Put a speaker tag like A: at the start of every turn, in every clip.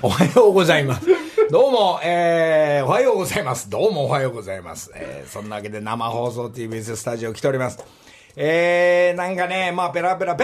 A: おはようございます。どうも、おはようございます。どうもおはようございます。そんなわけで生放送 TBS スタジオ来ております。なんかね、まあペラペラ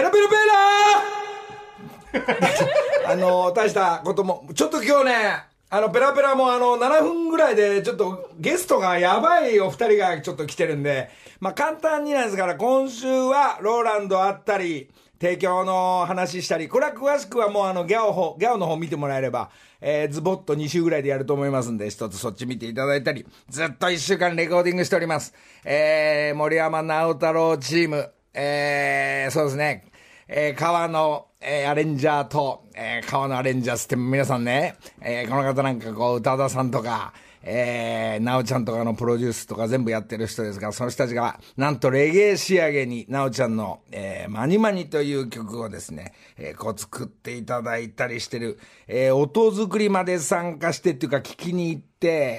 A: 大したことも、ちょっと今日ね、ペラペラも7分ぐらいで、ちょっとゲストがやばいお二人がちょっと来てるんで、まあ簡単になんですから、今週はローランドあったり、提供の話したり、これは詳しくはもうギャオの方見てもらえれば、ズボッと2週ぐらいでやると思いますんで、一つそっち見ていただいたり、ずっと1週間レコーディングしております。森山直太朗チーム、そうですね、川野、アレンジャーと、川野アレンジャースって皆さんね、この方なんかこう、宇多田さんとか、なおちゃんとかのプロデュースとか全部やってる人ですが、その人たちがなんとレゲエ仕上げになおちゃんの、マニマニという曲をですね、こう作っていただいたりしてる、音作りまで参加してっていうか聞きに行って、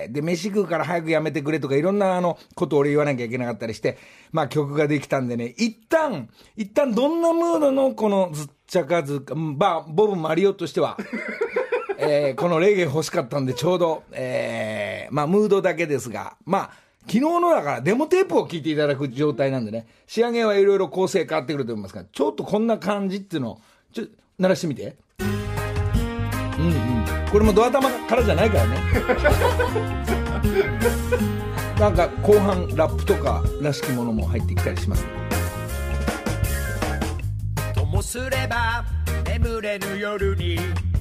A: で飯食うから早くやめてくれとかいろんなことを俺言わなきゃいけなかったりして、まあ曲ができたんでね、一旦どんなムードのこのずっちゃかずか、ボブマリオとしてはこのレゲエ欲しかったんでちょうど、まあムードだけですが、まあ昨日のだからデモテープを聞いていただく状態なんでね、仕上げはいろいろ構成変わってくると思いますが、ちょっとこんな感じっていうのを鳴らしてみて。これもドア玉からじゃないからねなんか後半ラップとからしきものも入ってきたりします、ね、
B: ともすれば眠れぬ夜に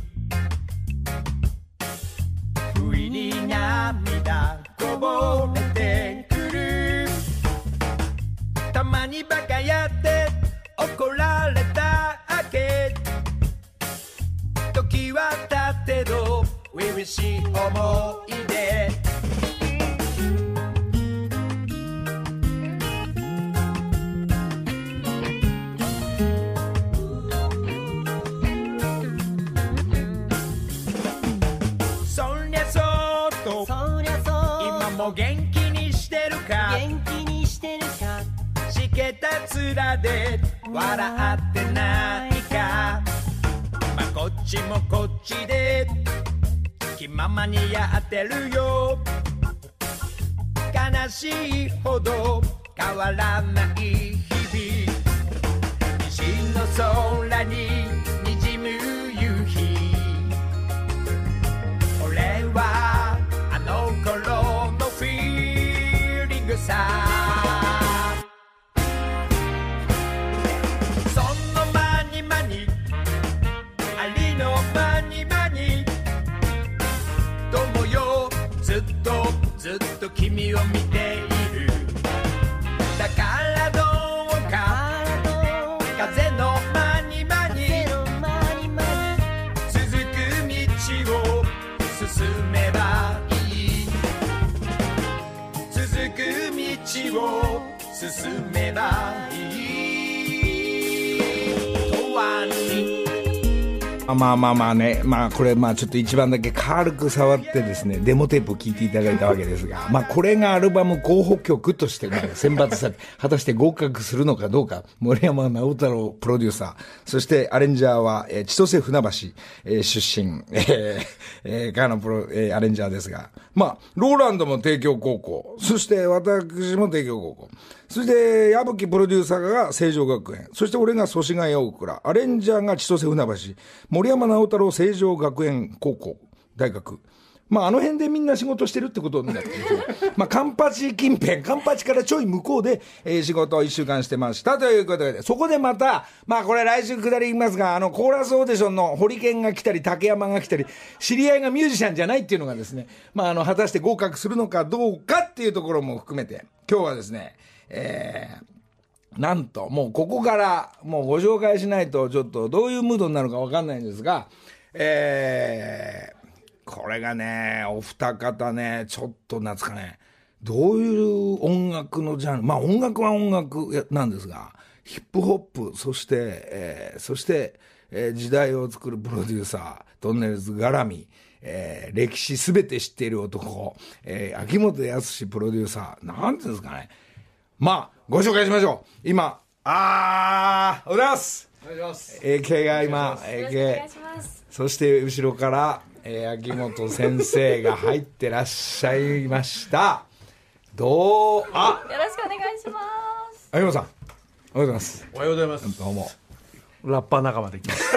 B: 不意に涙こぼれてくる、たまにバカやって怒られたあけ、時は経ってど初々しい思い出、そりゃそうと今も元気にしてるか、しけた面で笑ってないか、まあこっちもこっちで気ままにやってるよ、悲しいほど変わらない日々、西の空ににじむ夕日、俺はあの頃のフィーリングさ、そのマニマニありのマニマニ友よ、ずっと君を見ている、だからどうか風のマニマニ続く道を進めばいい、続く道を進めばいいとはに、
A: まあね、まあこれまあちょっと一番だけ軽く触ってですね、デモテープを聞いていただいたわけですが、まあこれがアルバム候補曲として選抜されて、果たして合格するのかどうか、森山直太朗プロデューサー、そしてアレンジャーは、千歳船橋、出身、からのアレンジャーですが、まあローランドも帝京高校、そして私も帝京高校、そして矢吹プロデューサーが成城学園、そして俺が祖師ヶ谷大倉、アレンジャーが千歳船橋、森山直太朗成城学園高校大学、まああの辺でみんな仕事してるってことになってまあカンパチ近辺、カンパチからちょい向こうで、仕事を1週間してましたということで、そこでまたまあこれ来週下り言いますが、コーラスオーディションのホリケンが来たり竹山が来たり、知り合いがミュージシャンじゃないっていうのがですね、まあ果たして合格するのかどうかっていうところも含めて、今日はですね、なんともうここからもうご紹介しないとちょっとどういうムードになるか分かんないんですが、これがね、お二方ね、ちょっとなんですかね、どういう音楽のジャンル、まあ音楽は音楽なんですが、ヒップホップ、そして、時代を作るプロデューサー、トンネルズ絡み、歴史すべて知っている男、秋元康プロデューサー、なんていうんですかね、まあご紹介しましょう。今おはようございます。
C: お願いします。
A: AK が今 AK、 そして後ろから、 秋元先生が入ってらっしゃいました。
C: よろしくお願いします。
A: 秋元さん、おはようございます。
D: おはようございます。
A: どうも。
D: ラッパー仲間で来ました。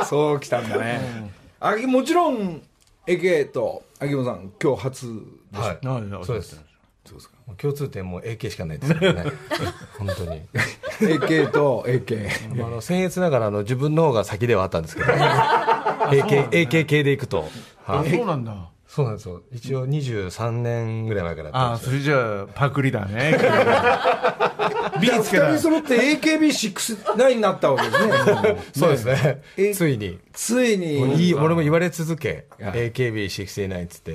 A: そう来たんだね。もちろん AK と秋元さん今日初でしょ。
D: はい、
E: そうです。そうですか。共通点も AK しかないですからね。本当に。
A: AK と AK。
E: 僭越ながら自分の方が先ではあったんですけど、AK 系でいくと。
D: そうなんだ。
E: そうなんですよ。一応23年ぐらい前からやってます。
D: それじゃあパクリだね。
A: ビーツけた。2人揃って AKB69 になったわけですね。
E: そうですね。ついに。俺も言われ続け、AKB69 っつって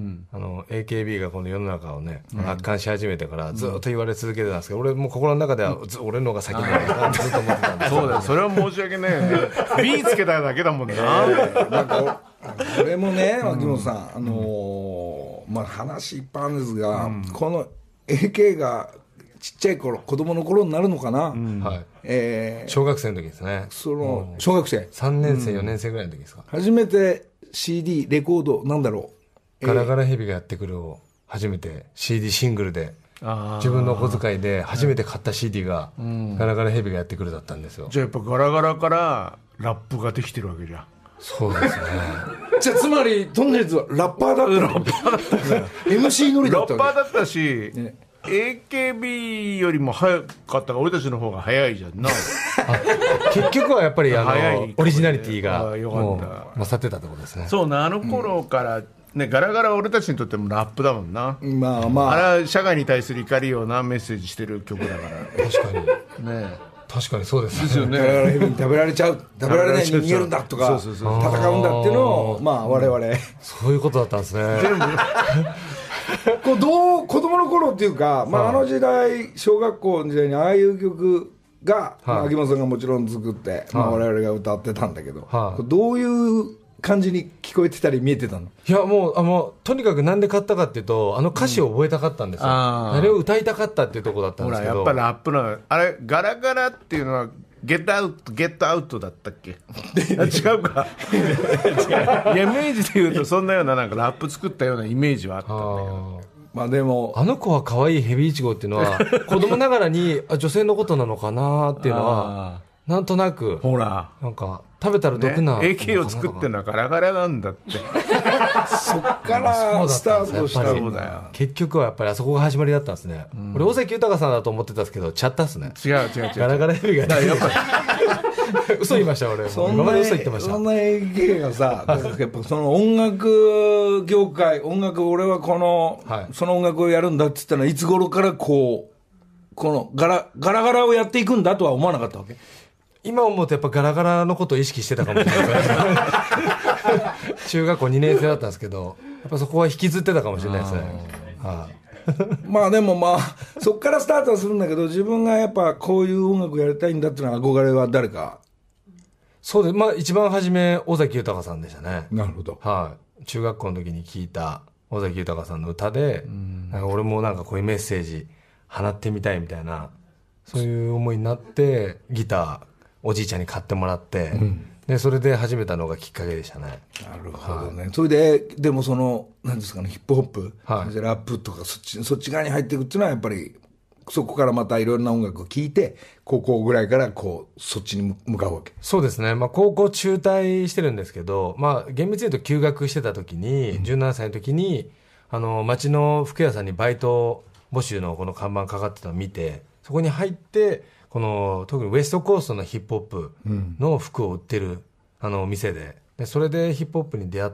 E: 、AKB がこの世の中をね、圧巻し始めてからずっと言われ続けてたんですけど、俺も心の中では俺の方が先だなずっと思ってたんです。
D: そうだよ、それは申し訳ないよね。ビーツけただけだもんな。
A: これもね、秋元さん、話いっぱいあるんですが、この AK がちっちゃい頃、子供の頃になるのかな、
E: 小学生の時ですね。
A: 小学生
E: 3年生、4年生ぐらいの時ですか。
A: 初めて CD、レコード、なんだろ
E: う、ガラガラヘビがやってくるを初めて CD シングルで、自分のお小遣いで初めて買った CD がガラガラヘビがやってくるだったんですよ。
D: じゃあやっぱガラガラからラップができてるわけじゃん。
E: そうですね。
A: じゃあつまりトンネルズはラッパーだったの。MC 乗りだった
D: ラッパーだったし、AKB よりも早かったが俺たちの方が早いじゃんな。
E: 結局はやっぱりオリジナリティがもう勝ってたってことですね。
D: そうな、頃からね、ガラガラ俺たちにとってもラップだもんな。
A: あ
D: れは社会に対する怒りをなメッセージしてる曲だから。
E: 確かにね。確かにそうです
D: ですよね。
A: ガラガラヘビに食べられちゃう、食べられないに逃げるんだとか、戦うんだっていうのを我々
E: そういうことだったんですね。
A: 子供の頃っていうか、あの時代、小学校の時代にああいう曲が、秋元さんがもちろん作って、我々が歌ってたんだけど、どういう感じに聞こえてたり見えてたの？
E: いやもうとにかくなんで買ったかっていうと、歌詞を覚えたかったんですよ。あれを歌いたかったっていうところだったんですけど。
D: ほらやっぱラップのあれガラガラっていうのはゲットアウトだったっけ？違うか。いやイメージで言うとそんなようななんかラップ作ったようなイメージはあったんだけど。
A: でも
E: あの子は可愛いヘビイチゴっていうのは子供ながらに女性のことなのかなっていうのはなんとなく、
D: ほら
E: なんか食べたら毒な、
D: AK を作ってるのはガラガラなんだって。
A: そっからスタートしたんだよ。
E: 結局はやっぱりあそこが始まりだったんですね。俺尾崎豊さんだと思ってたんですけど、ちゃったっすね。
D: 違う
E: ガラガラヘビがやっぱり嘘言いました俺。今まで嘘言ってました。
A: そんな AK がさ、やっぱその音楽業界、俺はその音楽をやるんだって言ったのはいつ頃からこのガラガラをやっていくんだとは思わなかったわけ？
E: 今思うとやっぱガラガラのことを意識してたかもしれないですね。中学校2年生だったんですけど、やっぱそこは引きずってたかもしれないですね。
A: でもそっからスタートはするんだけど、自分がやっぱこういう音楽やりたいんだっていうのは憧れは誰か？
E: そうです。一番初め尾崎豊さんでしたね。
A: なるほど。
E: 中学校の時に聞いた尾崎豊さんの歌で、なんか俺もなんかこういうメッセージ放ってみたいみたいな、そういう思いになってギターおじいちゃんに買ってもらって、でそれで始めたのがきっかけでしたね。
A: なるほどね。それででもなんですかね、ヒップホップ、ラップとかそっち側に入っていくっていうのはやっぱりそこからまたいろんな音楽を聴いて高校ぐらいからそっちに向かうわけ？
E: そうですね。高校中退してるんですけど、厳密に言うと休学してた時に、17歳の時に町の服屋さんにバイト募集のこの看板かかってたのを見て、そこに入って特にウエストコーストのヒップホップの服を売ってる店で、それでヒップホップに出会って、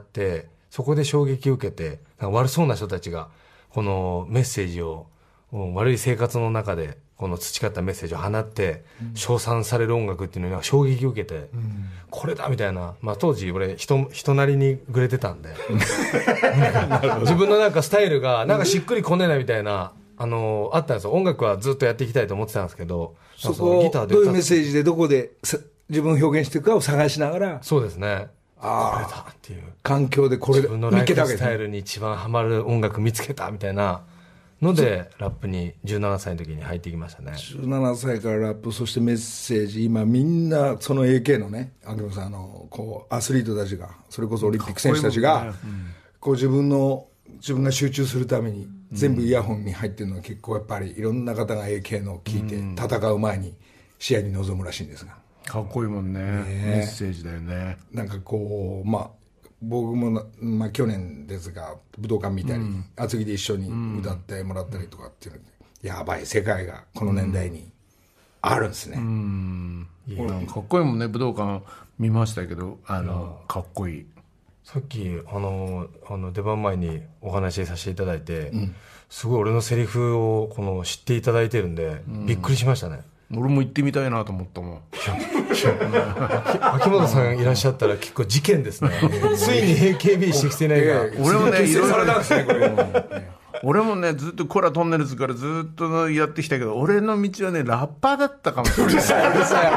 E: そこで衝撃を受けて、なんか悪そうな人たちがこのメッセージを、悪い生活の中でこの培ったメッセージを放って称賛される音楽っていうのに衝撃を受けて、これだみたいな、当時俺人なりにグレてたんで自分のなんかスタイルがなんかしっくりこねないみたいなあったんですよ。音楽はずっとやっていきたいと思ってたんですけど、
A: そこをどういうメッセージでどこで自分を表現していくかを探しながら、
E: そうですね、これだっていう
A: 環境でこれ
E: 自分のライフスタイルに一番ハマる音楽見つけたみたいな、 のでラップに17歳の時に入ってきましたね。
A: 17歳からラップ、そしてメッセージ、今みんなその AK のね、秋元さんこうアスリートたちが、それこそオリンピック選手たちがこう自分が集中するために全部イヤホンに入ってるのは結構やっぱりいろんな方が AK の聞いて戦う前に試合に臨むらしいんですが、
D: かっこいいもんね、メッセージだよね。
A: なんかこう僕も去年ですが武道館見たり、厚木で一緒に歌ってもらったりとかっていうので、やばい世界がこの年代にあるんですね。
D: かっこいいもんね。武道館見ましたけどかっこいい。
E: さっき出番前にお話しさせていただいて、すごい俺のセリフを知っていただいてるんで、びっくりしましたね。
D: 俺も行ってみたいなと思ったもん。
E: 秋元さんいらっしゃったら結構事件ですね。ついに AKB69 が
D: 俺もね、
A: 結成されたんですねこれ。
D: 俺もね、ずっとコラトンネルズからずっとやってきたけど、俺の道はねラッパーだったかもしれない。うるさ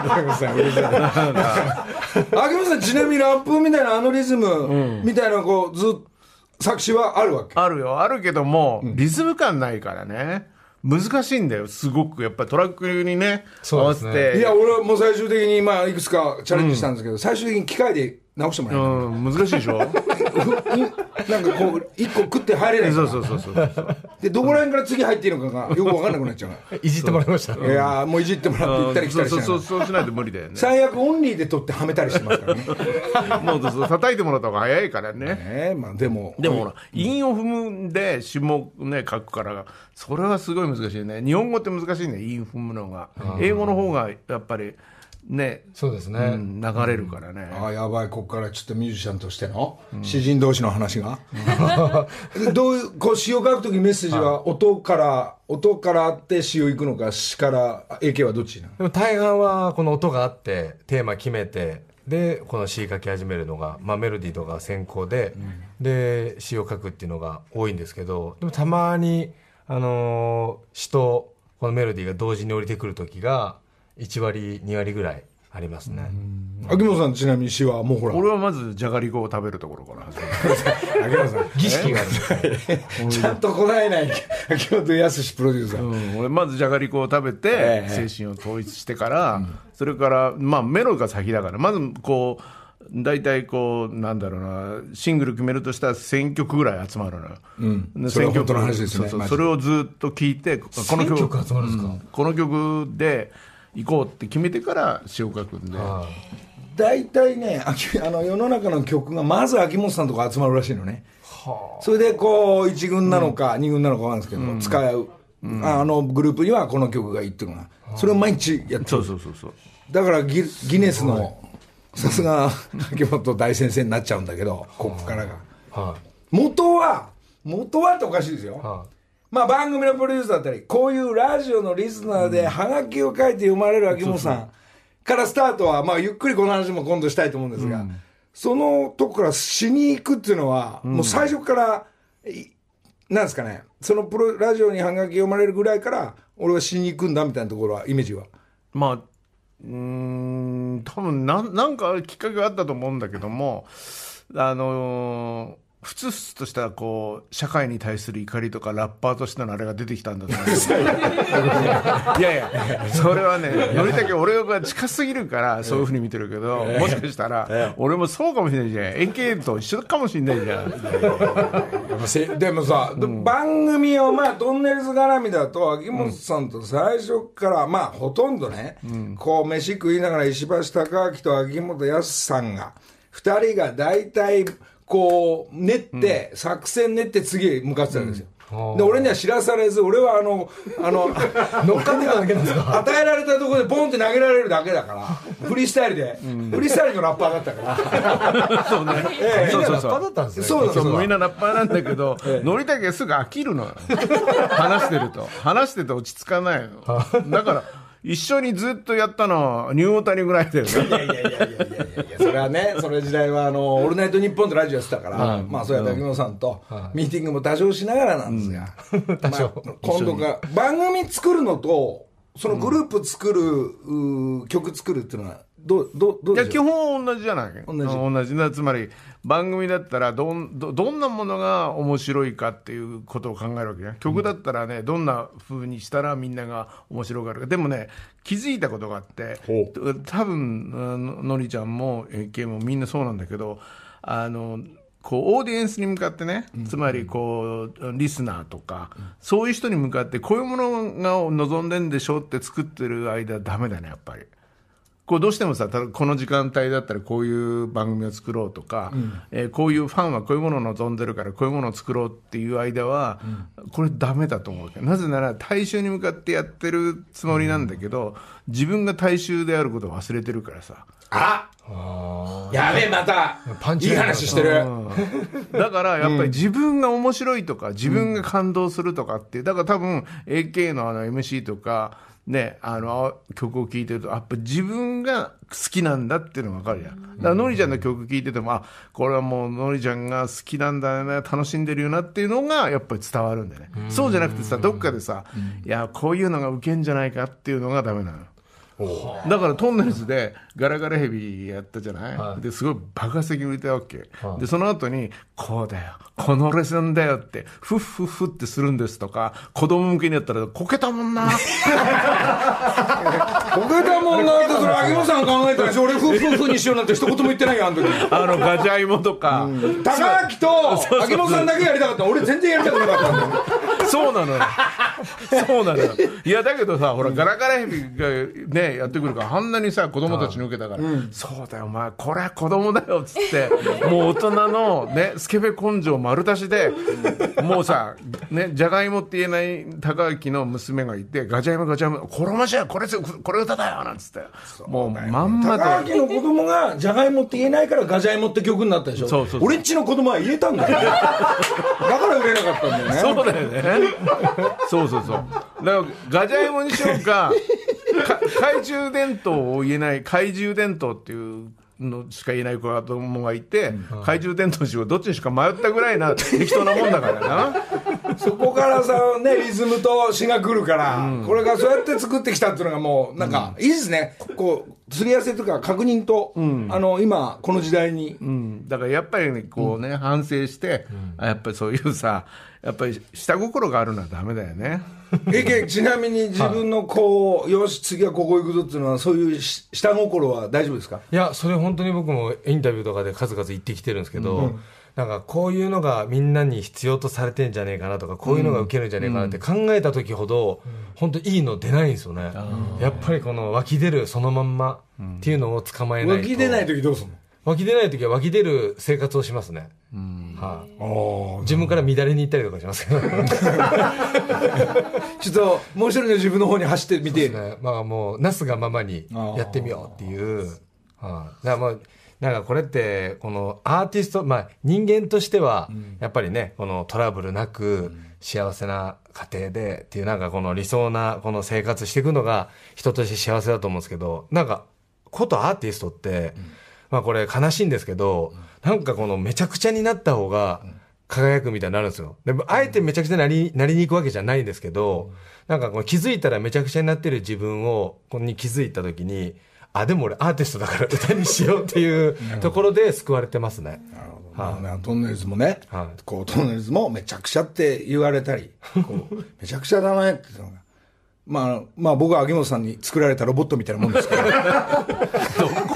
D: い
A: 秋元さん、ちなみにラップみたいなリズムみたいなずっと作詞はあるわけ？
D: あるよ、あるけども、リズム感ないからね、難しいんだよ、すごく。やっぱりトラックにね合わせて。
A: いや、俺はもう最終的にいくつかチャレンジしたんですけど、最終的に機械で直してもらえる、
D: 難しいでしょ。
A: なんか一個食って入れないから。
D: そう
A: でどこら辺から次入っていいのかがよく分かんなくなっちゃう。
E: いじってもらいました。
A: いやもういじってもらって行ったり来たりしながら、
D: そうしないと無理だよね。
A: 最悪オンリーで取ってはめたりしてますからね。
D: もう叩いてもらった方が早いからね。
A: でも
D: ほら、韻を踏むで詞もね書くから、それはすごい難しいね。日本語って難しいね、韻踏むのが。英語の方がやっぱりね、
E: そうですね、
D: 流れるからね。
A: やばい、ここからちょっとミュージシャンとしての詩人同士の話が、どういう詩を書くときメッセージは音からあって詩をいくのか、詩から AK はどっちなの？
E: でも大半はこの音があってテーマ決めて、でこの詩書き始めるのが、メロディーとか先行で、で詩を書くっていうのが多いんですけど、でもたまに詩とこのメロディーが同時に降りてくる時が1割2割ぐらいありますね。
A: 秋元さん、ちなみに詩はもうほら、
D: 俺はまずじゃがりこを食べるところから始める。
A: 秋元さん
E: 儀式がある
A: ちゃんと答えない秋元康プロデューサー、
D: 俺まずじゃがりこを食べて、精神を統一してから、それからメロが先だから、まず大体なんだろうな、シングル決めるとしたら1000曲ぐらい集まるのよ。
A: それは本当の話ですね。
D: それをずっと聴いて、この
E: 1000曲集まるんですか？
D: この曲で行こうって決めてから詩を書くんで。
A: 大体ね、世の中の曲がまず秋元さんとか集まるらしいのね。それで1軍なのか2軍なのか分かるんですけど、使うグループにはこの曲がいいっていうのが、それを毎日やってる。
D: そう
A: だからギネスのさすが秋元大先生になっちゃうんだけど、ここからが、元はっておかしいですよ。番組のプロデュースだったり、こういうラジオのリスナーでハガキを書いて読まれる秋元さんからスタートは、ゆっくりこの話も今度したいと思うんですが、そのとこからしに行くっていうのは、もう最初からなんですかね、そのラジオにハガキ読まれるぐらいから俺はしに行くんだみたいなところは、イメージは。
D: 多分なんかきっかけがあったと思うんだけども、ふつふつとした社会に対する怒りとかラッパーとしてのあれが出てきたんだと思うんですよ。いやそれはね、よりだけ俺が近すぎるからそういうふうに見てるけど、もしかしたら俺もそうかもしれないじゃん。AK と一緒かもしれないじゃん。
A: でもさ、番組をトンネルズ絡みだと秋元さんと最初からほとんどね、飯食いながら石橋貴明と秋元康さんが2人が大体練って作戦練って次へ向かってたんですよ。で俺には知らされず、俺は乗っかってただけなんですか？与えられたところでボンって投げられるだけだから、フリースタイルで、フリースタイルのラッパーだったから。
E: そうね。みんなラッパーだったんですね。
D: そうみんなラッパーなんだけど、ノリだけすぐ飽きるのよ。話してて落ち着かないの。だから一緒にずっとやったのはニューオータニぐらいだよね。
A: いやそれはね、その時代はオールナイトニッポンってラジオやってたから、そうやって秋元さんとミーティングも多少しながらなんですが、今度番組作るのとそのグループ作る、曲作るっていうのはどう
D: いや基
A: でしょう。
D: 本同じじゃない。同じな。つまり番組だったらどんなものが面白いかっていうことを考えるわけね。曲だったらね、どんな風にしたらみんなが面白がるか。でもね、気づいたことがあって、多分のりちゃんも AK もみんなそうなんだけど、こうオーディエンスに向かってね、つまりこうリスナーとか、そういう人に向かってこういうものが望んでんでしょって作ってる間ダメだね、やっぱり。こうどうしてもさ、この時間帯だったらこういう番組を作ろうとか、こういうファンはこういうものを望んでるからこういうものを作ろうっていう間は、これダメだと思うわけ。なぜなら大衆に向かってやってるつもりなんだけど、自分が大衆であることを忘れてるからさ。
A: やべえ、またいい話してる。
D: だからやっぱり自分が面白いとか自分が感動するとかっていう、だから多分 AK のMC とかね、曲を聴いてるとやっぱ自分が好きなんだっていうのが分かるやん。だからのりちゃんの曲聴いてても、これはもうのりちゃんが好きなんだよね、楽しんでるよなっていうのがやっぱり伝わるんだよね。そうじゃなくてさ、どっかでさ、いやこういうのがウケんじゃないかっていうのがダメなの。だからトンネルズでガラガラヘビやったじゃない、ですごい爆発的に売れたわけ、でその後にこうだよ、このレスンだよってフッフッフってするんですとか、子供向けにやったらこけたもんなこ
A: けたもんなって、それ秋元さん考えたらし、俺フッフッフにしようなんて一言も言ってないよ、あの時。
D: ガジャイモとか、
A: 高明と秋元さんだけやりたかった。俺全然やりたくなかったんだよ。
D: そうなのよそうなのよ。いやだけどさ、ほらガラガラヘビがねやってくるから、あんなにさ子供たちに受けたから、そうだよお前これは子供だよっつってもう大人のねスケベ根性丸出しで、もうさね、じゃがいもって言えない高明の娘がいて、ガチャイモガチャイモこれ面白い、これ歌だよなんつって、もうまんまと
A: 高明の子供がじゃがいもって言えないからガジャイモって曲になったでしょ。
D: そう
A: 俺んちの子供は言えたんだよだから売れなかったんだよね。
D: そうだよねそうだからガジャイモにしようか懐中電灯を言えない、懐中電灯っていうのしか言えない子供がいて、懐中電灯にしよう、どっちにしか迷ったぐらいな適当なもんだからな
A: そこからさ、ね、リズムと詩が来るから、これがそうやって作ってきたっていうのがもうなんかいいですね。こうすり合わせというか確認と、今この時代に、
D: だからやっぱりねこうね、反省して、やっぱりそういうさ、やっぱり下心があるのはダメだよね
A: ちなみに自分のこう、よし次はここ行くぞっていうのは、そういう下心は大丈夫ですか？
E: いや、それ本当に僕もインタビューとかで数々言ってきてるんですけど、なんかこういうのがみんなに必要とされてんじゃねえかなとか、こういうのが受けるんじゃねえかなって考えた時ほど、本当いいの出ないんですよね。やっぱりこの湧き出るそのまんまっていうのを捕まえないと。
A: 湧き出ない時どうするの？
E: 湧き出ない時は湧き出る生活をしますね。自分から乱れに行ったりとかしますけど
A: ちょっともう一人の自分の方に走ってみて、
E: ね、もうなすがままにやってみようっていう。だからなんかこれってこのアーティスト、人間としてはやっぱりね、このトラブルなく幸せな家庭でっていう、なんかこの理想なこの生活していくのが人として幸せだと思うんですけど、なんかことアーティストって、これ悲しいんですけど、なんかこのめちゃくちゃになった方が輝くみたいになるんですよ。でもあえてめちゃくちゃなりに行くわけじゃないんですけど、なんかこう気づいたらめちゃくちゃになってる自分に気づいた時に、でも俺アーティストだから歌にしようっていうところで救われてますね。
A: なるほど、トンネルズもね、こうトンネルズもめちゃくちゃって言われたり、こうめちゃくちゃだねって言うのが、僕は秋元さんに作られたロボットみたいなもんですからどこ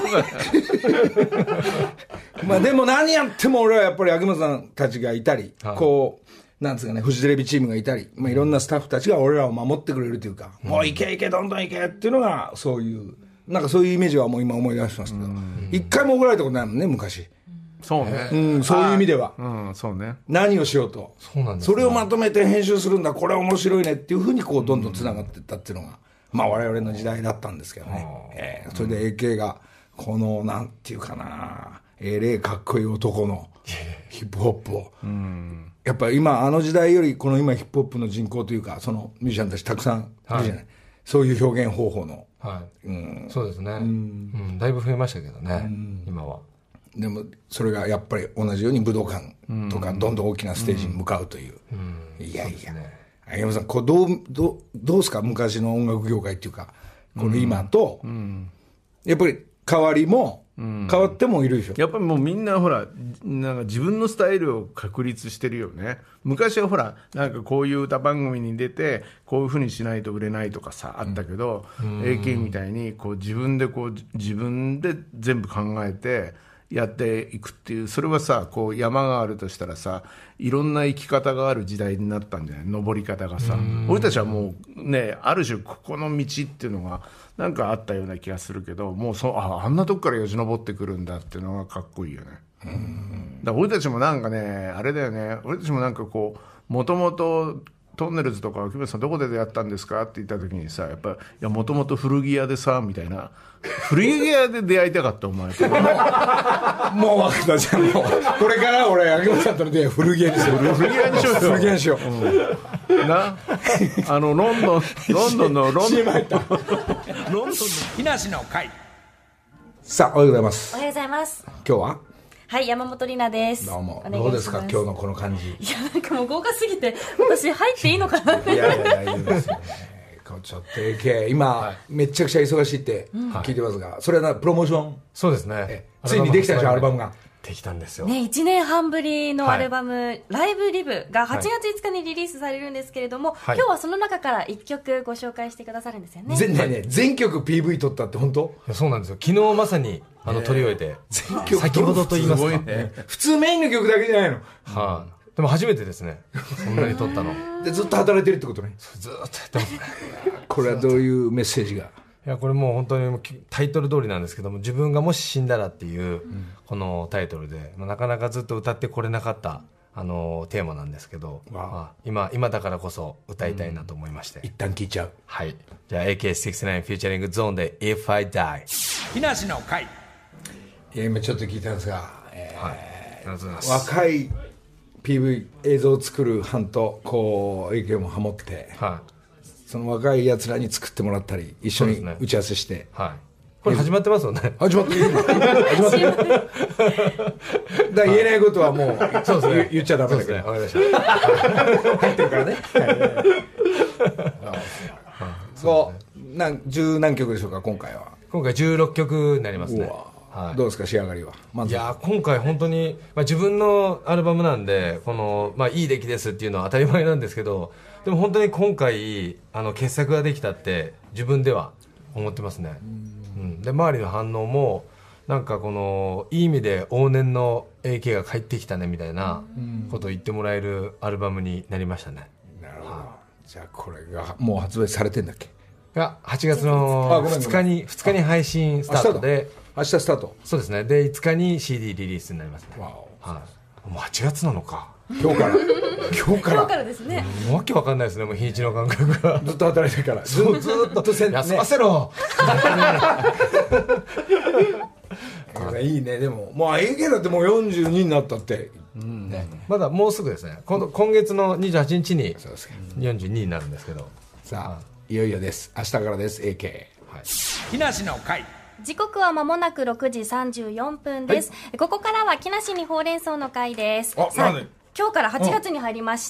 A: がでも何やっても俺はやっぱり秋元さんたちがいたり、こうなんつうかね、フジテレビチームがいたり、いろんなスタッフたちが俺らを守ってくれるというか、もういけいけどんどんいけっていうのが、そういうなんかそういうイメージはもう今思い出してますけど、一回も怒られたことないもんね、昔。
D: そうね、
A: そういう意味では、
D: そうね、
A: 何をしようと、
E: そうなんですね、
A: それをまとめて編集するんだ、これ面白いねっていうふうにこうどんどんつながっていったっていうのが、我々の時代だったんですけどね、それで AK がこのなんていうかな、かっこいい男のヒップホップを、やっぱり今あの時代よりこの今ヒップホップの人口というか、そのミュージシャンたちたくさんいるじゃない、そういう表現方法の、
E: そうですね、だいぶ増えましたけどね、今は。
A: でもそれがやっぱり同じように武道館とかどんどん大きなステージに向かうという、いやいや、秋山さんこうどうですか、昔の音楽業界っていうかこの今と、やっぱり変わりも、変わってもいるでしょ。
D: やっぱりもうみんなほらなんか自分のスタイルを確立してるよね。昔はほらなんかこういう歌番組に出てこういうふうにしないと売れないとかさあったけど、AK みたいにこう自分で全部考えてやっていくっていう、それはさこう山があるとしたらさいろんな生き方がある時代になったんじゃない、登り方がさ。俺たちはもうねある種ここの道っていうのがなんかあったような気がするけど、もうあんなとこからよじ登ってくるんだっていうのがかっこいいよね。だから俺たちもなんかねあれだよね、俺たちもなんかこうもともとトンネルズとか秋元さんどこで出会ったんですかって言った時にさ、やっぱいやもともと古着屋でさみたいな、古着屋で出会いたかったお前と
A: もう分かったじゃん。もうこれから俺秋元さんとの出会い古着屋にしよう。
D: 古着屋にしようよ。
A: 古着屋にしよう。
D: なロンドンの
B: 木梨の会。
A: さあおはようございます
C: お。はようございます。
A: 今日は
C: はい山本里奈です。
A: どうも。
C: お願いします。
A: どうですか今日のこの感じ。
C: いやなんかもう豪華すぎて私入っていいのかな。
A: いや大丈夫ですよね。ちょっと AK 今、めちゃくちゃ忙しいって聞いてますが、それはプロモーション。
E: そうですね。
A: ついにできたでしょアルバムが。
E: できたんですよ。
C: ね、1年半ぶりのアルバム、ライブリブが8月5日にリリースされるんですけれども、今日はその中から1曲ご紹介してくださるんですよね。
A: 全曲 PV 撮ったって本当？
E: いやそうなんですよ。昨日まさに撮り終えて、先ほどと言いますか、
A: 普通メインの曲だけじゃないの。
E: はい、でも初めてですね、そんなに撮ったの。
A: でずっと働いてるってことね。
E: ずっとやってますね。
A: これはどういうメッセージが？
E: いやこれもう本当にタイトル通りなんですけども、自分がもし死んだらっていうこのタイトルで、なかなかずっと歌ってこれなかったテーマなんですけど、今だからこそ歌いたいなと思いまして、
A: 一旦聞いちゃう。
E: はい、じゃあ AK69 フューチャリングゾーンで If I Die。
B: 木梨の会。
A: 今ちょっと聞いたんですが、
E: はい、ありがとうございます。
A: 若い PV 映像を作る班とこう AK もハモって、
E: はい、
A: その若いやつらに作ってもらったり一緒に打ち合わせして、
E: はい、これ始まってますよね。
A: 始まってる。始まってる。だから言えないことはもうそうです、ね、言っちゃダメだけど。
E: わかりました。
A: 入ってるからね。そう十何曲でしょうか今回は。
E: 今回16曲になりますね。
A: はい、どうですか仕上がりは。
E: いや今回本当に、自分のアルバムなんでこの、いい出来ですっていうのは当たり前なんですけど、でも本当に今回傑作ができたって自分では思ってますね。で周りの反応もなんかこのいい意味で往年の AK が帰ってきたねみたいなことを言ってもらえるアルバムになりましたね。
A: なるほど。じゃあこれがもう発売されてんだっけ？
E: いや8月の2日に配信スタートで、
A: 明日スタート。
E: そうですね。で5日に CD リリースになりますね。はい、もう8月なのか。
A: 今日から
C: ですね。
E: わけわかんないですね。もう日にちの感覚が
A: ずっと働いてるからずっと
E: 休ませろ。
A: いいね。でももう AK だってもう42になったって、
E: まだもうすぐですね。今月の28日に42になるんですけど、
A: さあいよいよです。明日からです AK。
B: 木梨の会。
C: 時刻は間もなく6時34分です、ここからは木梨にほうれん草の会です。今日から8月に入りまして、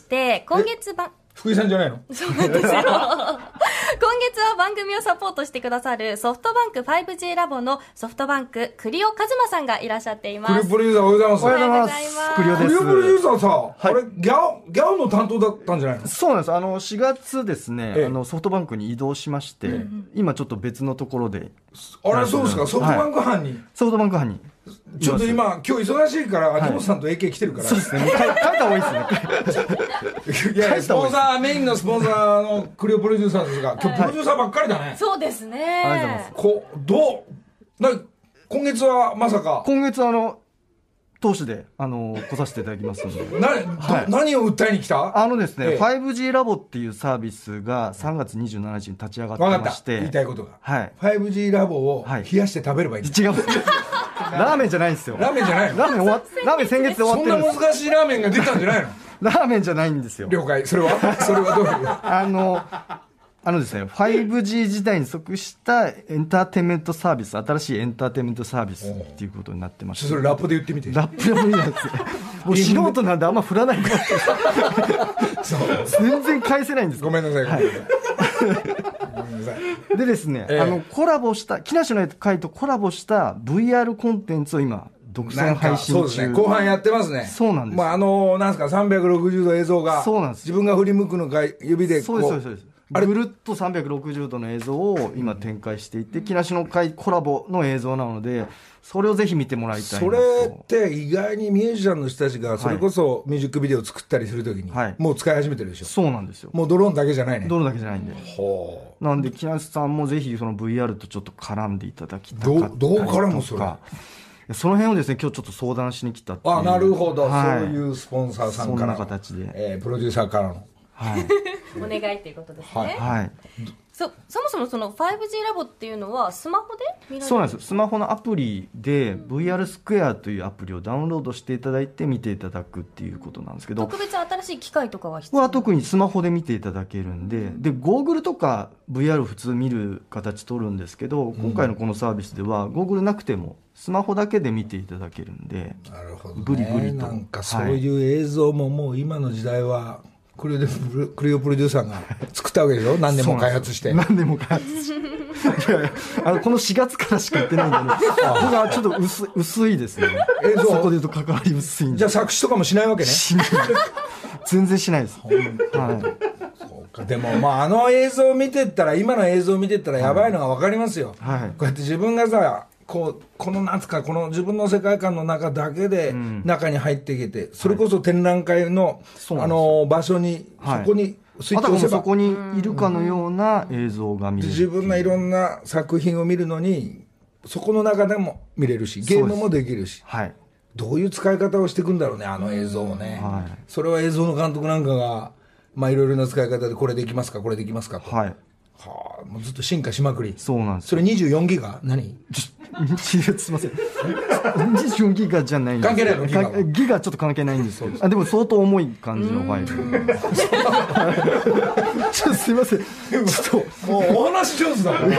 C: 今月
A: 福井さんじゃないの？
C: そうなんですよ。今月は番組をサポートしてくださるソフトバンク 5G ラボのソフトバンク栗尾和馬さんがいらっしゃっています。
A: 栗尾プロデューサーおはようございます。
C: おはようございます。
A: 栗尾プロデューサーさ、あれギャオの担当だったんじゃないの？
F: そうなんです。4月ですね、ソフトバンクに移動しまして、今ちょっと別のところで。
A: あれそうですか、ソフトバンク班に。
F: ソフトバンク班に。
A: ちょっと今日忙しいから秋元さんと AK 来てるから、
F: そうですね。書いた方がいいですね。
A: いやスポンサーメインのスポンサーの栗尾プロデューサーですが、今日プロデューサーばっかりだね。
C: そうですね。
F: ありがとうございます。
A: 今月はまさか。
F: 今月投手で来させていただきますので。
A: 何を訴えに来た？
F: ですね、5G ラボっていうサービスが3月27日に立ち上がってまして。
A: 言いたいことが。
F: はい。
A: 5G ラボを冷やして食べればいいんです。
F: 違う。ラーメンじゃないんですよ。
A: ラーメンじゃないの？
F: ラーメン先月で終わってるんです。
A: そんな難しいラーメンが出たんじゃないの？
F: ラーメンじゃないんですよ。
A: 了解。それはどういう
F: ですね、5G 時代に即したエンターテインメントサービス、新しいエンターテインメントサービスっていうことになってまして。
A: それラップで言ってみて。
F: ラップでもいいやつ。もう素人なんであんま振らないで。そう。全然返せないんです。
A: ごめんなさい。
F: でですね、コラボした木梨の会とコラボした VR コンテンツを今独占配信中。
A: そうですね、後半やってますね。
F: そうなんです。
A: まあなんですか、360度映像が、
F: そうなんです。
A: 自分が振り向くのか指でこう、
F: そうですぐるっと360度の映像を今展開していて、木梨の会コラボの映像なので、それをぜひ見てもらいたいなと。
A: それって意外にミュージシャンの人たちがそれこそミュージックビデオを作ったりするときに、もう使い始めてるでしょ。
F: そうなんですよ。
A: もうドローンだけじゃないね。
F: ドローンだけじゃないんで。なんで木梨さんもぜひその VR とちょっと絡んでいただきたかったりとか。
A: どう絡むそれ。
F: その辺をですね、今日ちょっと相談しに来たっていう。
A: なるほど、そういうスポンサーさんからの、
F: そんな形で、
A: プロデューサーからの、
C: お願いということですね。
F: はい。
C: そもそもその 5G ラボっていうのはスマホで見られる？
F: そうなんです。スマホのアプリで VR スクエアというアプリをダウンロードしていただいて見ていただくっていうことなんですけど、
C: 特別新しい機械とかは必要？
F: これは特にスマホで見ていただけるんで、ゴーグルとか VR 普通見る形取るんですけど、今回のこのサービスではゴーグルなくてもスマホだけで見ていただけるんで、
A: なるほどね、
F: ブリブリと
A: なんかそういう映像ももう今の時代はクリオプロデューサーが作ったわけでしょ。何年も開発して。
F: 何年も開発して。いやいや、この4月からしかやってないんでね。僕はちょっと薄いですね。そこで言うと関わり薄いんで。
A: じゃあ作詞とかもしないわけね。
F: しない。全然しないです。はい。
A: そうか。でもまあ映像を見てったら、今の映像を見てったらやばいのが分かりますよ。はい。こうやって自分がさ、このなんつか、この自分の世界観の中だけで中に入っていけて、それこそ展覧会の、場所に、そこにスイッチを押せば、
F: そこにいるかのような映像が見れる。
A: 自分のいろんな作品を見るのに、そこの中でも見れるし、ゲームもできるし、はい、どういう使い方をしていくんだろうね、映像をね。はい、それは映像の監督なんかが、まあいろいろな使い方でこれできますか、これできますかと。はい。はあ、もうずっと進化しまくり。
F: そうなんです。
A: それ24ギガ？何？
F: すいません。24ギガじゃないんです。
A: 関係ないの？
F: ギガちょっと関係ないんですよ。でも相当重い感じのファイル。ちょっとすいません。ちょっと
A: もうお話上手だから。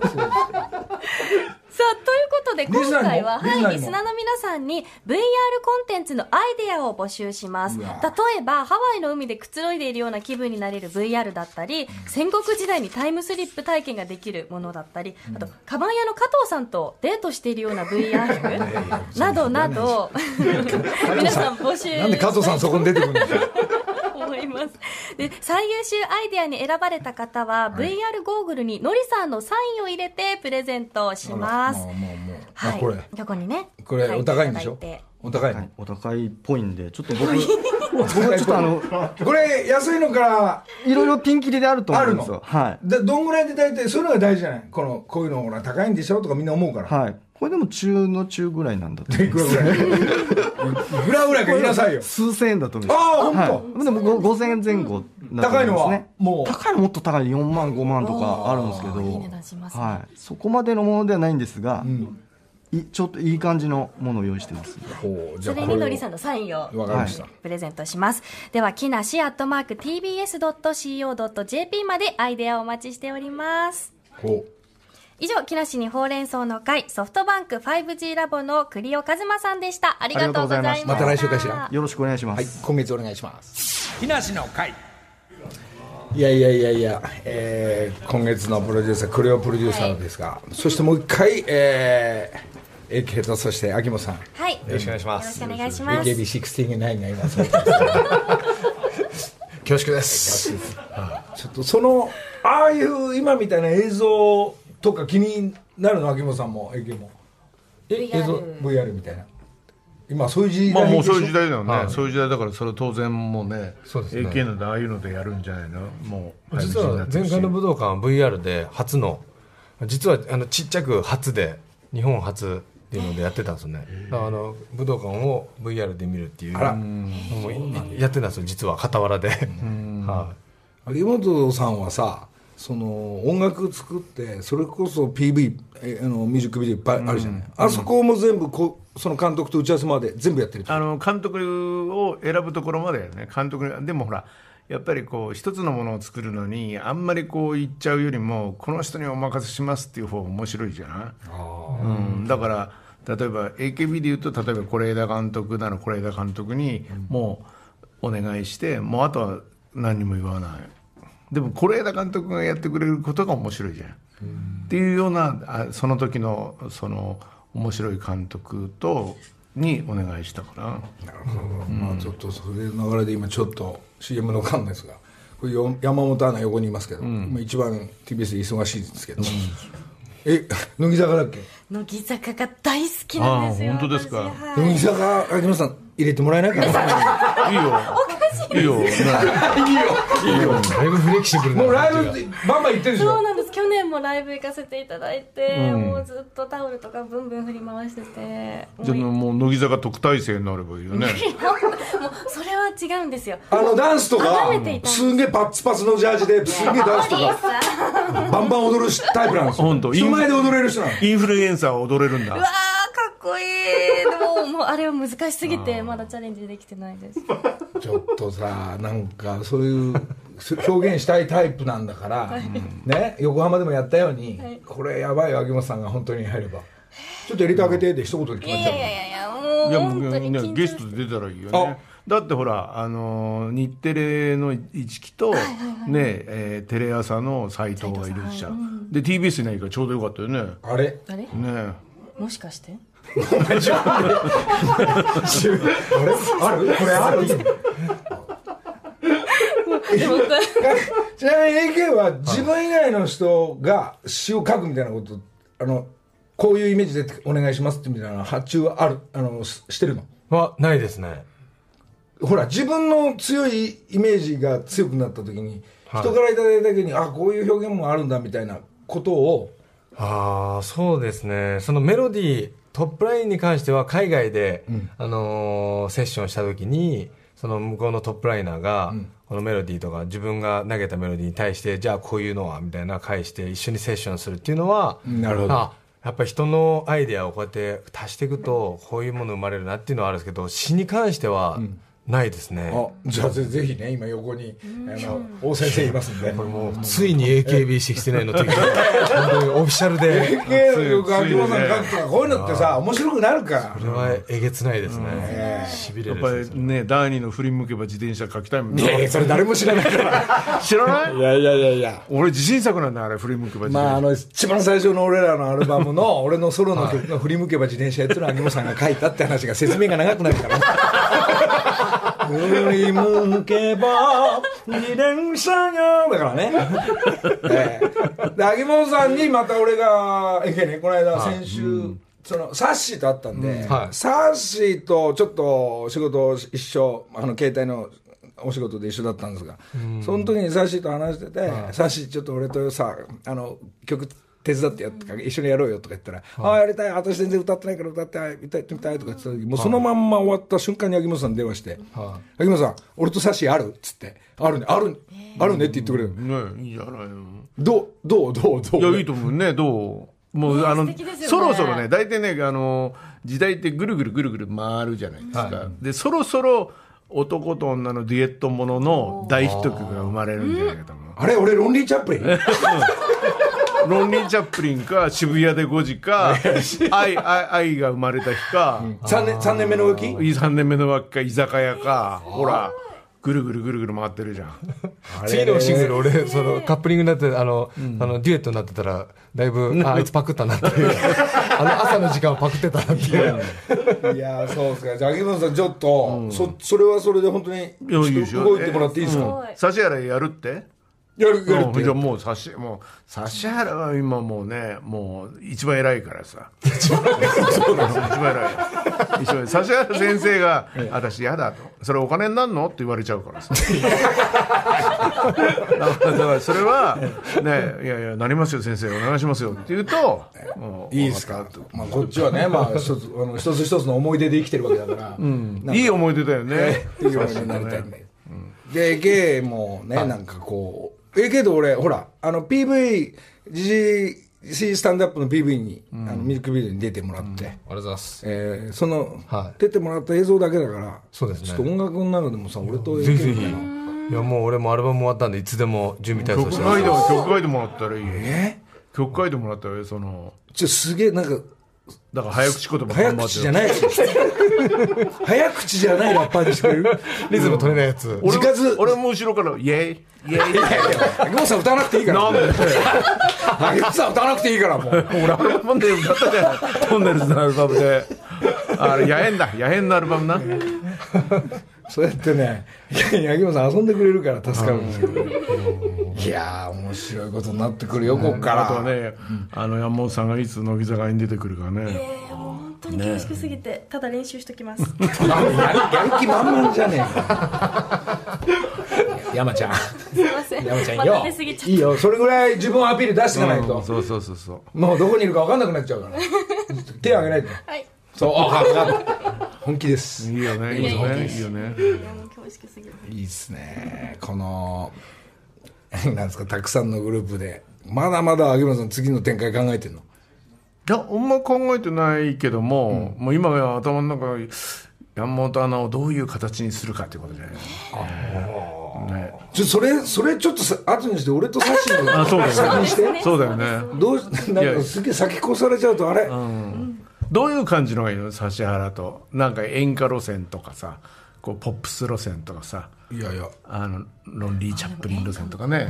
C: さあ、ということで今回は、リスナーの皆さんに VR コンテンツのアイデアを募集します。例えば、ハワイの海でくつろいでいるような気分になれる VR だったり、戦国時代にタイムスリップ体験ができるものだったり、あと、カバン屋の加藤さんとデートしているような VR などなど、皆さん募集。
A: なんで加藤さんそこに出てくるんですか？
C: 思います。で、最優秀アイデアに選ばれた方は、VR ゴーグルにのりさんのサインを入れてプレゼントします。
A: はい、これ
C: 横にね、
A: これお高いんでしょ？お高い、
F: お高いっぽいんで、ちょっと僕はちょっと
A: これ安いのから
F: いろいろピンキリであると思うんですよ。はい。
A: でどんぐらいで大体そういうのが大事じゃない？こういうのほら高いんでしょとかみんな思うから。
F: はい。これでも中ぐらいなんだと。い
A: くらぐらい？いくらぐらいか言いなさいよ。
F: 数千円だと思います。
A: ああ、本当。
F: でも5000円前後だと思いますね。高いのはもう高いのもっと高い4万5万とかあるんですけど、はい。そこまでのものではないんですが。ちょっといい感じのものを用意してます。
C: それにのりさんのサインをプレゼントします。では、木梨@tbs.co.jp までアイデアをお待ちしております。以上、木梨にほうれん草の会ソフトバンク 5G ラボの栗尾一馬さんでした。ありがとうございました。
A: また来週かしら。
F: よろしくお願いします。
A: はい、今月お願いします。木梨の会。いや、今月のプロデューサー、クレオプロデューサーですが、そしてもう一回、AK とそして秋元さん、
C: はい、よ
E: ろしくお願いします。
C: よろしくお願いします。
A: AKB69 が今
E: 恐縮です。
A: ちょっとああいう今みたいな映像とか気になるの？秋元さんも AK も映像 VR みたいな。今そういう時代、
D: もうそういう時代だよね。そういう時代だから、それ当然もうね、AK のでああいうのでやるんじゃないの？もう
E: 実は前回の武道館は VR で初の、実はちっちゃく初で日本初っていうのでやってたんですよね。武道館を VR で見るっていうやってたんですよ、実は傍らで。
A: 秋元さんはさ、音楽作ってそれこそ PV ミュージックビデオいっぱいあるじゃない、あそこも全部その監督と打ち合わせまで全部やってる。
D: 監督を選ぶところまでやるね。監督でもほらやっぱり一つのものを作るのにあんまり言っちゃうよりも、この人にお任せしますっていう方が面白いじゃない。だから例えば AKB で言うと、例えば是枝監督なら是枝監督にもうお願いして、もうあとは何にも言わない。 でも是枝監督がやってくれることが面白いじゃん、っていうようなその時のその面白い監督にお願いしたかな。
A: なるほど、まあちょっとそれの流れで今ちょっと CM の間ですが、これ山本アナ横にいますけど、今一番 TBS で忙しいですけど、乃木坂だっけ？
C: 乃木坂が大好きなんですよ。
D: 本当ですか？
A: 乃木坂秋元さん入れてもらえないかな。
D: いいよ。いいよ。いいよ。
E: だいぶフレキシブルな。
A: もうライブバンバン行ってるでしょ。
C: そうなんです。去年もライブ行かせていただいて、もうずっとタオルとかブンブン振り回してて。
D: じゃあもう乃木坂特待生になればいいよね。
C: もうそれは違うんですよ。
A: ダンスとかすんげえパッツパツのジャージですんげえダンスとかバンバン踊るタイプなんですよ。
D: 本当。
A: 人前で踊れる人なの。
D: インフルエンサーは踊れるんだ。
C: うわーかっこいい。でもあれは難しすぎてまだチャレンジできてないです。
A: ちょっとさ、なんかそういう表現したいタイプなんだから、ね、横浜でもやったように、これやばいよ秋元さんが本当に入ればちょっと入れてあげてで一言で決まっちゃう。
C: いやもう本当に緊張して。
D: ゲストで出たらいいよね。だってほら日テレの一木とねテレ朝の斉藤がいるじゃん。で TBS いないからちょうどよかったよね。
A: あれ
D: ね
C: もしかして
A: あるこれある。ちなみに AK は自分以外の人が詩を書くみたいなことこういうイメージでお願いしますってみたいな発注はしてるの？
E: はないですね。
A: ほら自分の強いイメージが強くなった時に、人からいただいた時にこういう表現もあるんだみたいなことを。
E: そうですね。そのメロディートップラインに関しては海外で、セッションした時にその向こうのトップライナーが、このメロディーとか自分が投げたメロディーに対してじゃあこういうのはみたいな返して一緒にセッションするっていうのは、
A: なるほど。
E: やっぱり人のアイデアをこうやって足していくとこういうもの生まれるなっていうのはあるんですけど、詩に関してはないですね。
A: じゃあぜひね、今横に大先生いますんで、
E: これもうついに AKB69 の時に本当にオフィシャルで
A: AK の曲秋元さん書くとかこういうのってさ面白くなるから。
E: これはえげつないですね。しびれる。
D: やっぱりね、第二の振り向けば自転車書きたいもんね。
A: いやそれ誰も知らないから
D: 知らない？
A: いや
D: 俺自信作なんだあれ、振り向けば自転車。
A: 一番最初の俺らのアルバムの俺のソロの曲の振り向けば自転車やってるのは秋元さんが書いたって話が説明が長くなるから振り向けば自転車よだからね。で秋元さんにまた俺がこの間先週そのサッシーと会ったんで、サッシーとちょっと仕事一緒携帯のお仕事で一緒だったんですが、その時にサッシーと話してて、サッシーちょっと俺とさ曲手伝ってやって一緒にやろうよとか言ったら、やりたい、私全然歌ってないから歌ってみたいとか言ってた時、もうそのまんま終わった瞬間に秋元さんに電話して、秋元さん俺とサッシーあるっつって、あるねって言ってくれる。
D: ね、いいじゃないの。
A: どう
D: いや、いいと思うね。どうもうそろそろね、大体ね時代ってぐるぐる回るじゃないですか。でそろそろ男と女のデュエットものの大ヒット曲が生まれるんじゃないかと思う。
A: あれ俺ロンリー・チャップリン
D: ロンリー・チャップリンか渋谷で5時か愛が生まれた日か、
A: 3年目の浮気
D: 3年目の浮気か居酒屋か、ほらぐるぐる回ってるじゃん。
E: 次のシングル俺そのカップリングになってデュエットになってたらだいぶあいつパクったなっていう朝の時間をパクってたなっていう。
A: いやそうですか。じゃあ秋元さんちょっと、それはそれで本当に動いてもらっていいですか？
D: 指原やるって
A: やるって。
D: じゃあもう指原は今もうね、もう一番偉いからさ。そうです、一番偉い。指原先生が私やだと、それお金になるのって言われちゃうからさ。だからそれはね、いやなりますよ先生お願いしますよって言うと、
A: いいですかと。こっちはね、一つ一つの思い出で生きてるわけだから、
D: いい思い出だよね。
A: いい思い出になりたいね。で AK もね、なんかこうけど俺ほらPV GGC スタンドアップの PV に、ミルクビデオに出てもらって、
E: ありがとうございます。
A: 出てもらった映像だけだから、
E: そうですね、
A: ちょっと音楽の中でもさ俺と AK
E: ぜひいやもう俺もアルバム終わったんでいつでも準備体操してます。
D: 曲書いてもらったらいいよ。曲書いてもらったらすげえなんかだから早口言葉
A: 早口じゃない早口じゃないラッパーにしてくれる
E: リズム取れないやつ。
D: 俺も後ろからイエイイエイ
A: 秋元さん歌わなくていいから
D: なんで
A: 秋元さん歌わなくていいからもう
D: 俺アルバムで歌ったじゃないトンネルズのアルバムであれ野猿のアルバムな
A: そうやってね秋元さん遊んでくれるから助かるんですけどいやー面白いことになってくるよこっから。
D: あとはね山本さんがいつ乃木坂に出てくるかね。
C: もう本当に厳しくすぎて、ただ練習しときます。
A: やる気満々じゃねえか山ちゃん
C: すいません。
A: 山ちゃん
C: また出過ぎちゃった。
A: いいよそれぐらい自分アピール出していかないと、
D: そう
A: もうどこにいるか分かんなくなっちゃうから手を挙げないと。
C: はい。
A: そう本気です。
D: いいよねいいよねいいよね
C: 恐縮すぎる。
A: いいっすねこのなんですかたくさんのグループでまだまだ秋元さん次の展開考えてんの？
D: いやあんま考えてないけども、もう今が頭の中で山本アナをどういう形にするかっていうことじゃないね。
A: それちょっと後にして俺とサッシーの
D: そうだよね
A: 先にして
D: そうだよね
A: なんかすげえ先越されちゃうとあれ、
D: どういう感じのがいいの指原となんか演歌路線とかさこうポップス路線とかさ
A: いや
D: ロンリー・チャップリン路線とかね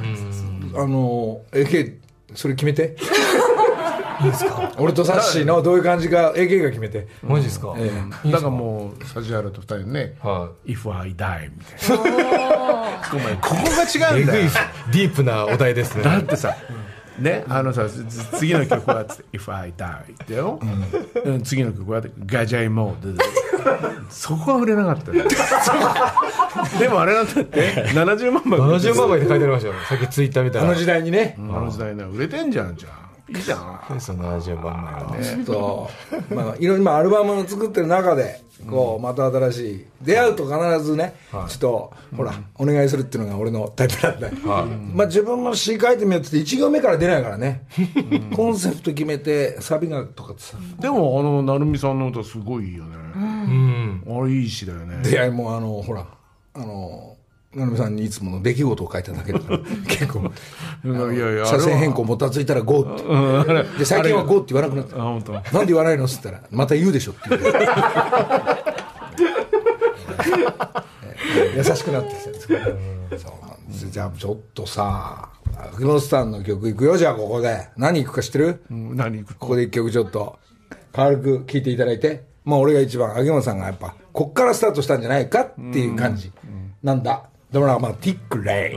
A: AK それ決めていいですか俺とサッシーのどういう感じか AK が決めて。
E: マジですか？
D: だからもう指原と二人ね「If I Die」みたいなお前ここが違うんだよ
E: ディープなお題ですね。
D: だってさねさ次の曲は「If I Die」ってよ、次の曲は「ガジャイモード」そこは売れなかったよでもあれなんだって70万枚
E: 70万枚で書いてありましたよさっきツイッター見たら。
A: あの時代にね、
D: あの時代ね売れてんじゃんじゃあいいじゃん
E: その70万枚はね。
A: ちょっといろいろ今アルバムを作ってる中でこうまた新しい出会うと必ずね、ちょっとほらお願いするっていうのが俺のタイプなんで、自分も詩書いてみようって1行目から出ないからねコンセプト決めてサビがとかってさ。
D: でも成海さんの歌すごいいいよね、あれいい詩だよね。
A: 出会いもほら成海さんにいつもの出来事を書いただけだから結構車線変更もたついたら GO ってで最近は GO って言わなくなった。
D: 本当
A: なんで言わないのっつったらまた言うでしょって言う優しくなってきたんですけどそうなんです。じゃあちょっとさ秋元さんの曲いくよ。じゃあここで何いくか知ってる？
D: 何いく
A: ここで一曲ちょっと軽く聴いていただいて、俺が一番秋元さんがやっぱこっからスタートしたんじゃないかっていう感じなんだ。だからティックレイ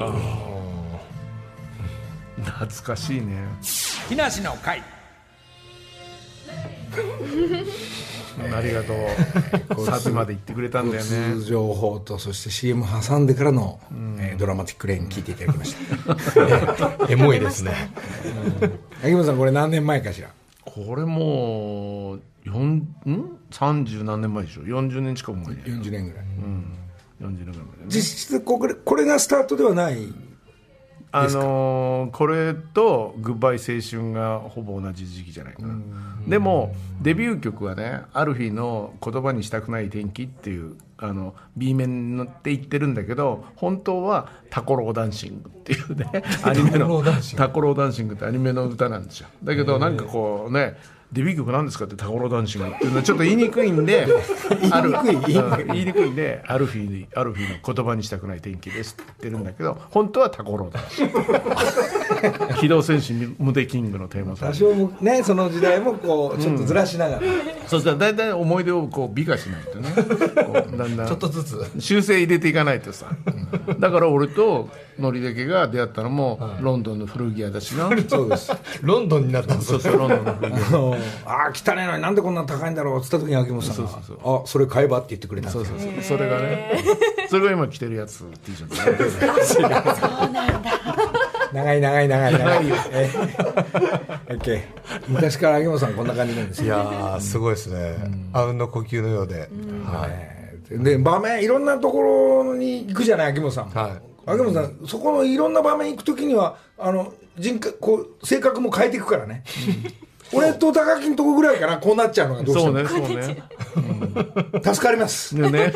D: 懐かしいね。
B: 木梨の会
D: ありがとうサビまで言ってくれたんだよね。
A: 情報とそして CM 挟んでからの、ドラマティックレイン聞いていただきました
E: エモいですね
A: 秋元さんこれ何年前かしら？
D: これもう30何年前でしょ。40年近く前。
A: 40年ぐらい、
D: 40年ぐらい前、ね、
A: 実質これがスタートではない
D: これとグッバイ青春がほぼ同じ時期じゃないかな。でもデビュー曲はねアルフィーの言葉にしたくない天気っていうB 面って言ってるんだけど本当はタコローダンシングっていうねアニメのタコローダンシングってアニメの歌なんですよ。だけどなんかこうねデビュー曲なんですかってタコロダンシングっていうのはちょっと言いにくいんで言いにくいんでアルフィーの言葉にしたくない天気ですって言ってるんだけど本当はタコロダンシング機動戦士ムデキングのテーマソング
A: 多少もねその時代もこうちょっとずらしながら、
D: そうしたらだいたい思い出をこう美化しないとねこうだんだん
A: ちょっとずつ
D: 修正入れていかないとさ、だから俺とのりだけが出会ったのも、ロンドンの古着屋だしな。
A: そうです
E: ロンドンになったんです
D: そうロンドンの古着屋
A: ああ汚いのになんでこんな高いんだろうっつった時に秋元さんがあそれ買えばって言ってくれたんですよ。
D: それがねそれが今着てるやつ T シャツ
C: そうなんだ
A: 長いOK 昔から秋元さんこんな感じなんですよ。
E: いやーすごいですね、あうんの呼吸のようで、
A: で場面いろんなところに行くじゃない秋元さん、秋元さんそこのいろんな場面行く時にはこう性格も変えていくからね、俺と高木のとこぐらいかなこうなっちゃうのがどうしても
D: そうね
A: 助かります
D: ね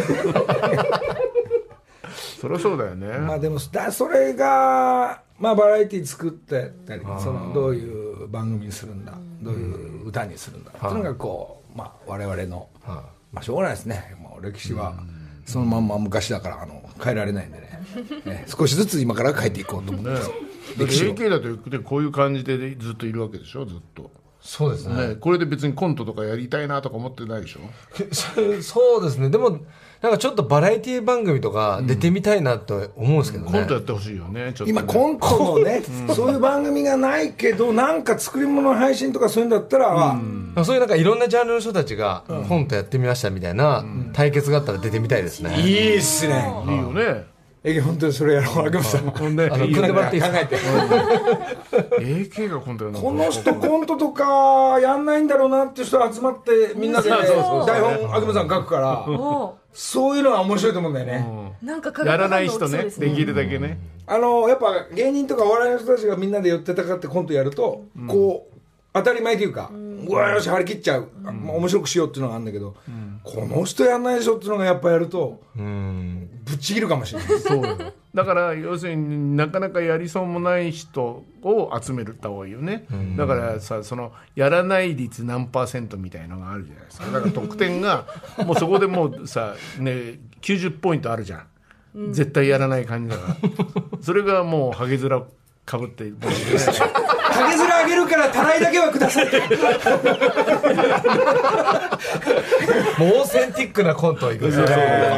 D: そりゃそうだよね。
A: でもそれがバラエティ作ってたりどういう番組にするんだどういう歌にするんだっていうのがこう、まあ、我々の、まあ、しょうがないですね、もう歴史はそのまんま昔だから変えられないんでね、少しずつ今から変えていこうと思ってます、
D: 歴史 AK だとこういう感じでずっといるわけでしょ、ずっと。
E: そうですね。
D: これで別にコントとかやりたいなとか思ってないでしょ。
E: そうですね。でもなんかちょっとバラエティ番組とか出てみたいなと思うんですけどね。
D: コントやってほしいよね。ちょっとね
A: 今コントのね、そういう番組がないけど、なんか作り物配信とかそういうんだったら、
E: そういうなんかいろんなジャンルの人たちがコントやってみましたみたいな対決があったら出てみたいですね。
A: いいっすね。
D: いいよね。
A: 本当にそれやろう、秋元さん。
E: 組んでもらっていいですか。考えて。
D: AK がコントやるの。
A: この人コントとかやんないんだろうなっていう人が集まってみんなで台本秋元さん書くから、そういうのは面白いと思うんだよね。
C: なんか
D: やらない人ね、できるだけね。
A: やっぱ芸人とかお笑いの人たちがみんなで寄ってたかってコントやると、こう当たり前というか、うわよし張り切っちゃう、面白くしようっていうのがあるんだけど、この人やんないでしょっていうのがやっぱやるとぶっちぎるかもしれない。
D: そうよ。だから要するになかなかやりそうもない人を集めるった方がいいよね。だからさ、そのやらない率何%みたいのがあるじゃないですか。だから得点がもうそこでもうさ、ね、90ポイントあるじゃん、絶対やらない感じだからそれがもうハゲ面かぶって
A: ハゲ面あげるからたらいだけはください
E: もうオーセンティックなコントをいくで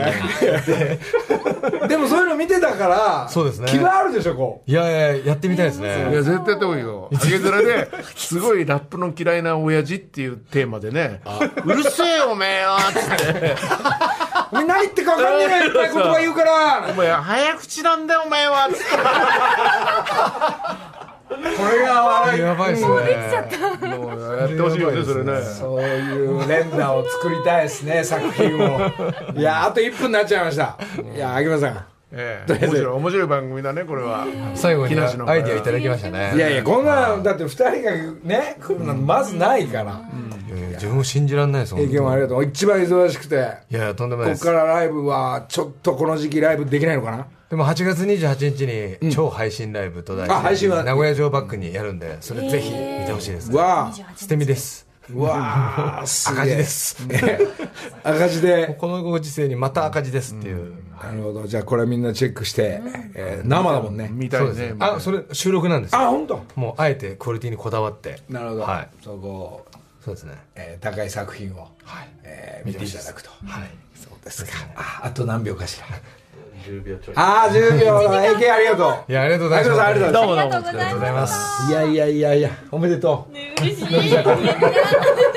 A: もそういうの見てたから、
E: そうですね、
A: 気があるでしょ。こ
E: ういややってみたいですね。
D: いや絶対やった方がいいよ。ハゲ面ですごいラップの嫌いな親父っていうテーマでね、うるせえよおめえよっつって
A: お前何言ってか分かんねえな、いっぱい言葉言うから
D: お前早口なんだよお前はっつって
A: これが笑い
E: やばいっすね。
D: もうやってほしいよね、それね。
A: そういう連打を作りたいですね、作品を。いや、あと1分になっちゃいました。いや、秋元さん。
D: 面白い番組だね、これは。
E: 最後にアイディアいただきましたね。
A: いやいや、こんな、だって2人がね、来るのまずないから。
E: 自分も信じられないですもん。
A: ありがとう。一番忙しくて。
E: いや、とんでもないです。
A: ここからライブは、ちょっとこの時期ライブできないのかな。
E: でも8月28日に超配信ライブと題して名古屋城バックにやるんで、それぜひ見てほしいですね。
A: わ
E: あ、捨て身です。
A: わあ、
E: 赤字です。
A: 赤字で。
E: このご時世にまた赤字ですっていう。
A: なるほど。じゃあこれみんなチェックして、生だもんね。
D: 見たいね。
E: あ、それ収録なんですよ。
A: あ、本当。
E: もうあえてクオリティにこだわって。
A: なるほど。
E: はい。
A: そう
E: ですね。
A: 高い作品を見ていただくと。はい。そうですか。あと何秒かしら。10秒ちょい。10秒。AK ありがとう。
E: いや、ありがとうございます。
A: ありがとうございます。
C: ありがとうございます。
A: いや、おめでとう。
C: 嬉しい。